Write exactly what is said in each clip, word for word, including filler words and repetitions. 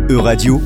Euradio,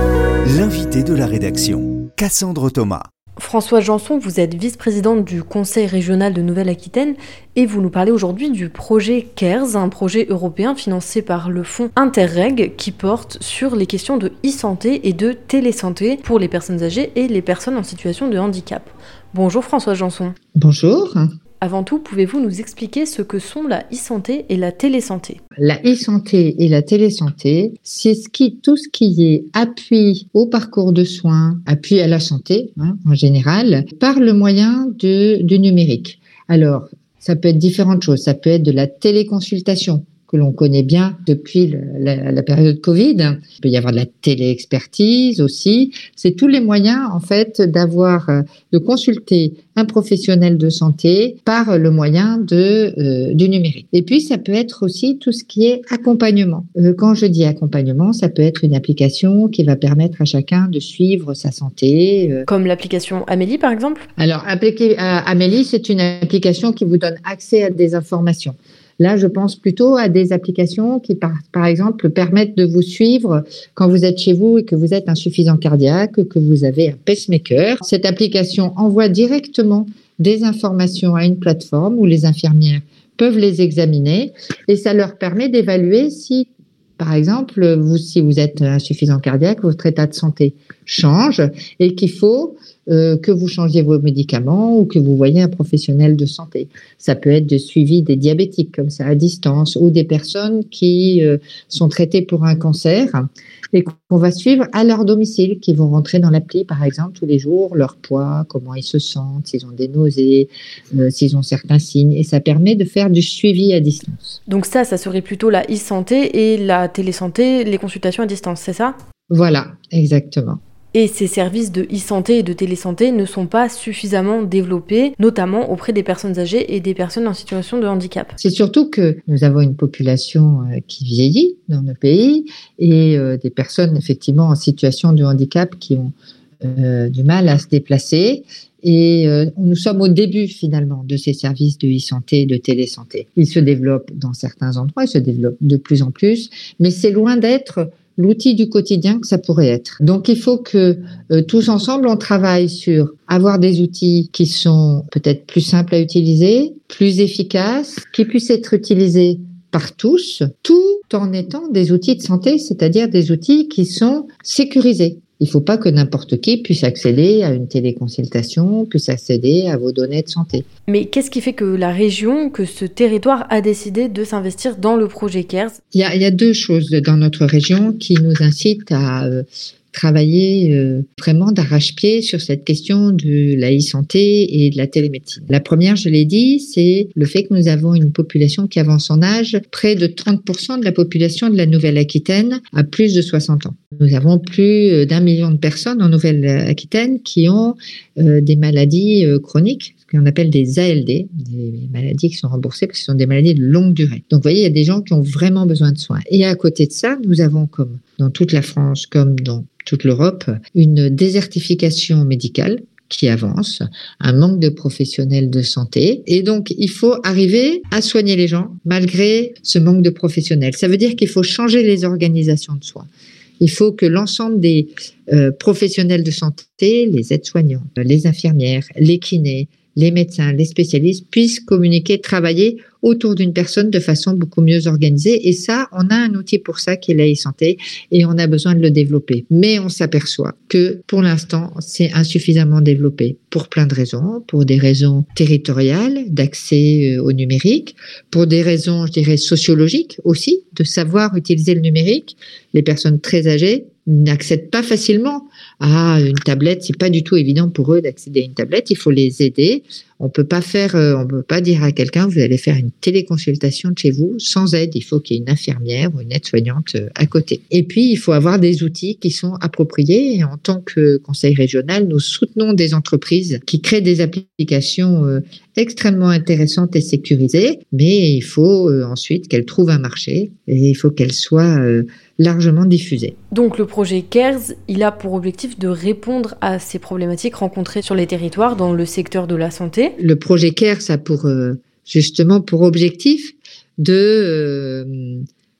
l'invité de la rédaction, Cassandre Thomas. Françoise Janson, vous êtes vice-présidente du Conseil régional de Nouvelle-Aquitaine et vous nous parlez aujourd'hui du projet CARES, un projet européen financé par le fonds Interreg qui porte sur les questions de e-santé et de télésanté pour les personnes âgées et les personnes en situation de handicap. Bonjour Françoise Janson. Bonjour. Avant tout, pouvez-vous nous expliquer ce que sont la e-santé et la télésanté ? La e-santé et la télésanté, c'est ce qui, tout ce qui est appui au parcours de soins, appui à la santé hein, en général, par le moyen de, du numérique. Alors, ça peut être différentes choses. Ça peut être de la téléconsultation que l'on connaît bien depuis le, la, la période Covid. Il peut y avoir de la téléexpertise aussi. C'est tous les moyens, en fait, d'avoir, de consulter un professionnel de santé par le moyen de, euh, du numérique. Et puis, ça peut être aussi tout ce qui est accompagnement. Euh, quand je dis accompagnement, ça peut être une application qui va permettre à chacun de suivre sa santé. Euh. Comme l'application Amélie, par exemple ? Alors, appliquer à Amélie, c'est une application qui vous donne accès à des informations. Là, je pense plutôt à des applications qui, par, par exemple, permettent de vous suivre quand vous êtes chez vous et que vous êtes insuffisant cardiaque, que vous avez un pacemaker. Cette application envoie directement des informations à une plateforme où les infirmières peuvent les examiner et ça leur permet d'évaluer si, par exemple, vous, si vous êtes insuffisant cardiaque, votre état de santé change et qu'il faut euh, que vous changiez vos médicaments ou que vous voyez un professionnel de santé. Ça peut être de suivi des diabétiques comme ça à distance ou des personnes qui euh, sont traitées pour un cancer et qu'on va suivre à leur domicile, qui vont rentrer dans l'appli par exemple tous les jours, leur poids, comment ils se sentent, s'ils ont des nausées, euh, s'ils ont certains signes et ça permet de faire du suivi à distance. Donc ça, ça serait plutôt la e-santé et la télésanté, les consultations à distance, c'est ça ? Voilà, exactement. Et ces services de e-santé et de télésanté ne sont pas suffisamment développés, notamment auprès des personnes âgées et des personnes en situation de handicap. C'est surtout que nous avons une population qui vieillit dans nos pays et euh, des personnes effectivement en situation de handicap qui ont euh, du mal à se déplacer. Et euh, nous sommes au début finalement de ces services de e-santé et de télésanté. Ils se développent dans certains endroits, ils se développent de plus en plus, mais c'est loin d'être l'outil du quotidien que ça pourrait être. Donc, il faut que euh, tous ensemble, on travaille sur avoir des outils qui sont peut-être plus simples à utiliser, plus efficaces, qui puissent être utilisés par tous, tout en étant des outils de santé, c'est-à-dire des outils qui sont sécurisés. Il ne faut pas que n'importe qui puisse accéder à une téléconsultation, puisse accéder à vos données de santé. Mais qu'est-ce qui fait que la région, que ce territoire a décidé de s'investir dans le projet CARES ? Il y a, il y a deux choses dans notre région qui nous incitent à euh, travailler euh, vraiment d'arrache-pied sur cette question de la e-santé et de la télémédecine. La première, je l'ai dit, c'est le fait que nous avons une population qui avance en âge. Près de trente pour cent de la population de la Nouvelle-Aquitaine a plus de soixante ans. Nous avons plus d'un million de personnes en Nouvelle-Aquitaine qui ont euh, des maladies euh, chroniques, ce qu'on appelle des A L D, des maladies qui sont remboursées parce que ce sont des maladies de longue durée. Donc, vous voyez, il y a des gens qui ont vraiment besoin de soins. Et à côté de ça, nous avons, comme dans toute la France, comme dans toute l'Europe, une désertification médicale qui avance, un manque de professionnels de santé. Et donc, il faut arriver à soigner les gens malgré ce manque de professionnels. Ça veut dire qu'il faut changer les organisations de soins. Il faut que l'ensemble des euh, professionnels de santé, les aides-soignants, les infirmières, les kinés, les médecins, les spécialistes puissent communiquer, travailler autour d'une personne de façon beaucoup mieux organisée. Et ça, on a un outil pour ça qui est la e-santé et on a besoin de le développer. Mais on s'aperçoit que pour l'instant, c'est insuffisamment développé pour plein de raisons, pour des raisons territoriales, d'accès au numérique, pour des raisons, je dirais, sociologiques aussi, de savoir utiliser le numérique. Les personnes très âgées n'accèdent pas facilement à une tablette. C'est pas du tout évident pour eux d'accéder à une tablette. Il faut les aider. On peut pas faire, euh, on peut pas dire à quelqu'un, vous allez faire une téléconsultation de chez vous sans aide. Il faut qu'il y ait une infirmière ou une aide-soignante euh, à côté. Et puis, il faut avoir des outils qui sont appropriés. Et en tant que conseil régional, nous soutenons des entreprises qui créent des applications euh, extrêmement intéressantes et sécurisées. Mais il faut euh, ensuite qu'elles trouvent un marché et il faut qu'elles soient euh, largement diffusées. Donc, le projet CARES, il a pour objectif de répondre à ces problématiques rencontrées sur les territoires dans le secteur de la santé. Le projet CARES a pour, euh, justement pour objectif de euh,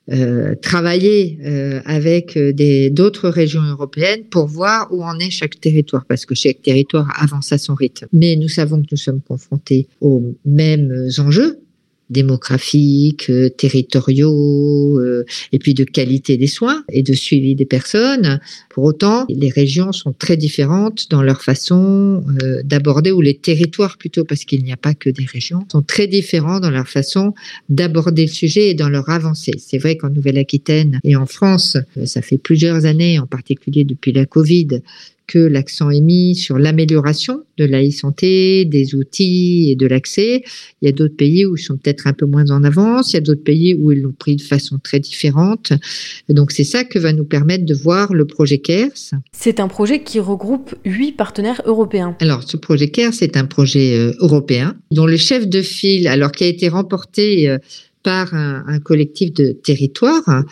euh, travailler euh, avec des, d'autres régions européennes pour voir où en est chaque territoire, parce que chaque territoire avance à son rythme. Mais nous savons que nous sommes confrontés aux mêmes enjeux démographiques, euh, territoriaux, euh, et puis de qualité des soins et de suivi des personnes. Pour autant, les régions sont très différentes dans leur façon euh, d'aborder, ou les territoires plutôt, parce qu'il n'y a pas que des régions, sont très différents dans leur façon d'aborder le sujet et dans leur avancée. C'est vrai qu'en Nouvelle-Aquitaine et en France, ça fait plusieurs années, en particulier depuis la Covid, que l'accent est mis sur l'amélioration de la e-santé, des outils et de l'accès. Il y a d'autres pays où ils sont peut-être un peu moins en avance, il y a d'autres pays où ils l'ont pris de façon très différente. Et donc c'est ça que va nous permettre de voir le projet CARES. C'est un projet qui regroupe huit partenaires européens. Alors ce projet CARES, c'est un projet euh, européen dont le chef de file, alors qui a été remporté euh, par un, un collectif de territoires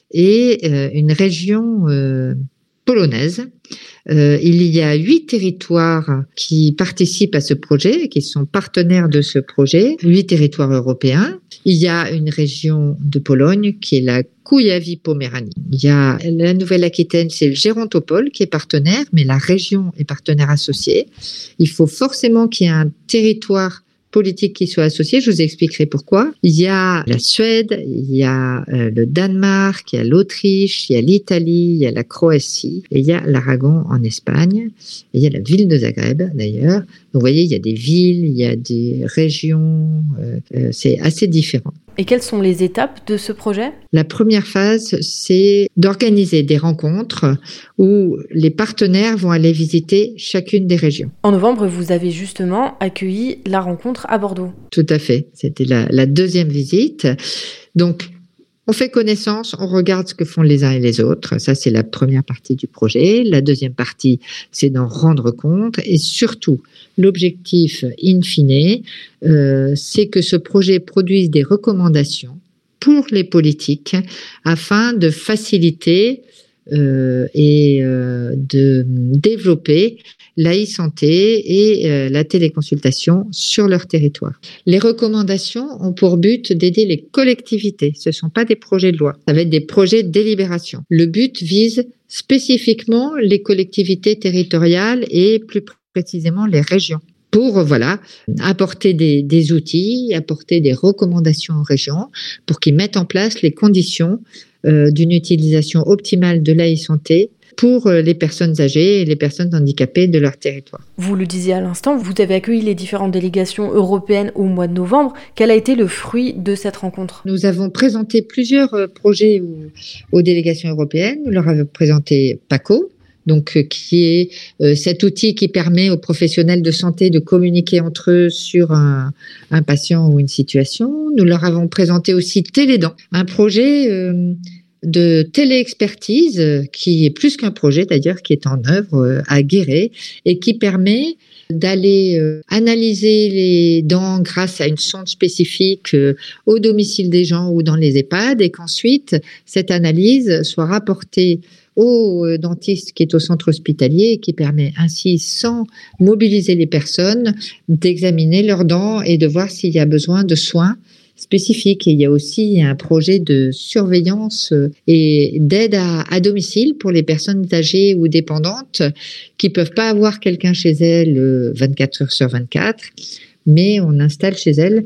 et euh, une région euh, polonaise. Euh, il y a huit territoires qui participent à ce projet, qui sont partenaires de ce projet, huit territoires européens. Il y a une région de Pologne qui est la Kujawi-Poméranie. Il y a la Nouvelle-Aquitaine, c'est le Gérontopole qui est partenaire, mais la région est partenaire associé. Il faut forcément qu'il y ait un territoire politique qui soit associé. Je vous expliquerai pourquoi. Il y a la Suède, il y a euh, le Danemark, il y a l'Autriche, il y a l'Italie, il y a la Croatie, et il y a l'Aragon en Espagne, et il y a la ville de Zagreb d'ailleurs. Donc vous voyez, il y a des villes, il y a des régions, euh, euh, c'est assez différent. Et quelles sont les étapes de ce projet ? La première phase, c'est d'organiser des rencontres où les partenaires vont aller visiter chacune des régions. En novembre, vous avez justement accueilli la rencontre à Bordeaux. Tout à fait. C'était la, la deuxième visite. Donc, on fait connaissance, on regarde ce que font les uns et les autres. Ça, c'est la première partie du projet. La deuxième partie, c'est d'en rendre compte. Et surtout, l'objectif in fine, euh, c'est que ce projet produise des recommandations pour les politiques afin de faciliter euh, et euh, de développer la e-santé et euh, la téléconsultation sur leur territoire. Les recommandations ont pour but d'aider les collectivités. Ce ne sont pas des projets de loi, ça va être des projets de délibération. Le but vise spécifiquement les collectivités territoriales et plus précisément les régions, pour voilà apporter des, des outils, apporter des recommandations aux régions pour qu'ils mettent en place les conditions euh, d'une utilisation optimale de la e-santé pour les personnes âgées et les personnes handicapées de leur territoire. Vous le disiez à l'instant, vous avez accueilli les différentes délégations européennes au mois de novembre. Quel a été le fruit de cette rencontre ? Nous avons présenté plusieurs projets aux, aux délégations européennes. Nous leur avons présenté PACO, donc qui est euh, cet outil qui permet aux professionnels de santé de communiquer entre eux sur un, un patient ou une situation. Nous leur avons présenté aussi Télédan, un projet euh, de téléexpertise qui est plus qu'un projet d'ailleurs, qui est en œuvre à Guéret et qui permet d'aller euh, analyser les dents grâce à une sonde spécifique euh, au domicile des gens ou dans les EHPAD, et qu'ensuite cette analyse soit rapportée au dentiste qui est au centre hospitalier et qui permet ainsi, sans mobiliser les personnes, d'examiner leurs dents et de voir s'il y a besoin de soins spécifiques. Et il y a aussi un projet de surveillance et d'aide à, à domicile pour les personnes âgées ou dépendantes qui peuvent pas avoir quelqu'un chez elles vingt-quatre heures sur vingt-quatre, mais on installe chez elles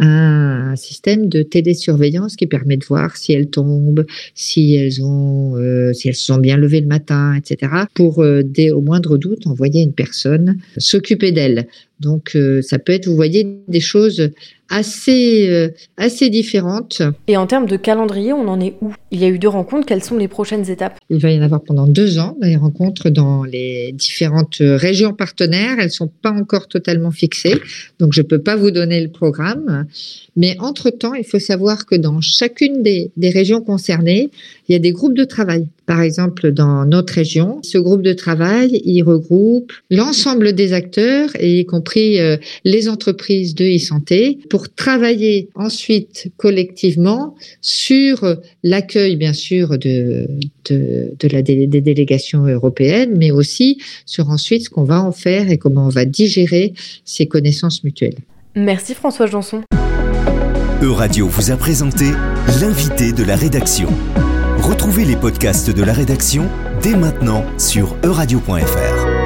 un système de télésurveillance qui permet de voir si elles tombent, si elles ont, euh, si elles se sont bien levées le matin, et cetera, pour euh, dès au moindre doute envoyer une personne s'occuper d'elles. Donc euh, ça peut être, vous voyez, des choses assez euh, assez différentes. Et en termes de calendrier, on en est où ? Il y a eu deux rencontres, quelles sont les prochaines étapes ? Il va y en avoir pendant deux ans, des rencontres dans les différentes régions partenaires. Elles sont pas encore totalement fixées, donc je peux pas vous donner le programme. Mais entre-temps, il faut savoir que dans chacune des, des régions concernées, il y a des groupes de travail. Par exemple, dans notre région, ce groupe de travail, il regroupe l'ensemble des acteurs, et y compris euh, les entreprises de e-santé, pour travailler ensuite collectivement sur l'accueil, bien sûr, de, de, de la dé, des délégations européennes, mais aussi sur ensuite ce qu'on va en faire et comment on va digérer ces connaissances mutuelles. Merci Françoise Janson. Euradio vous a présenté L'invité de la rédaction. Retrouvez les podcasts de la rédaction dès maintenant sur euradio point f r.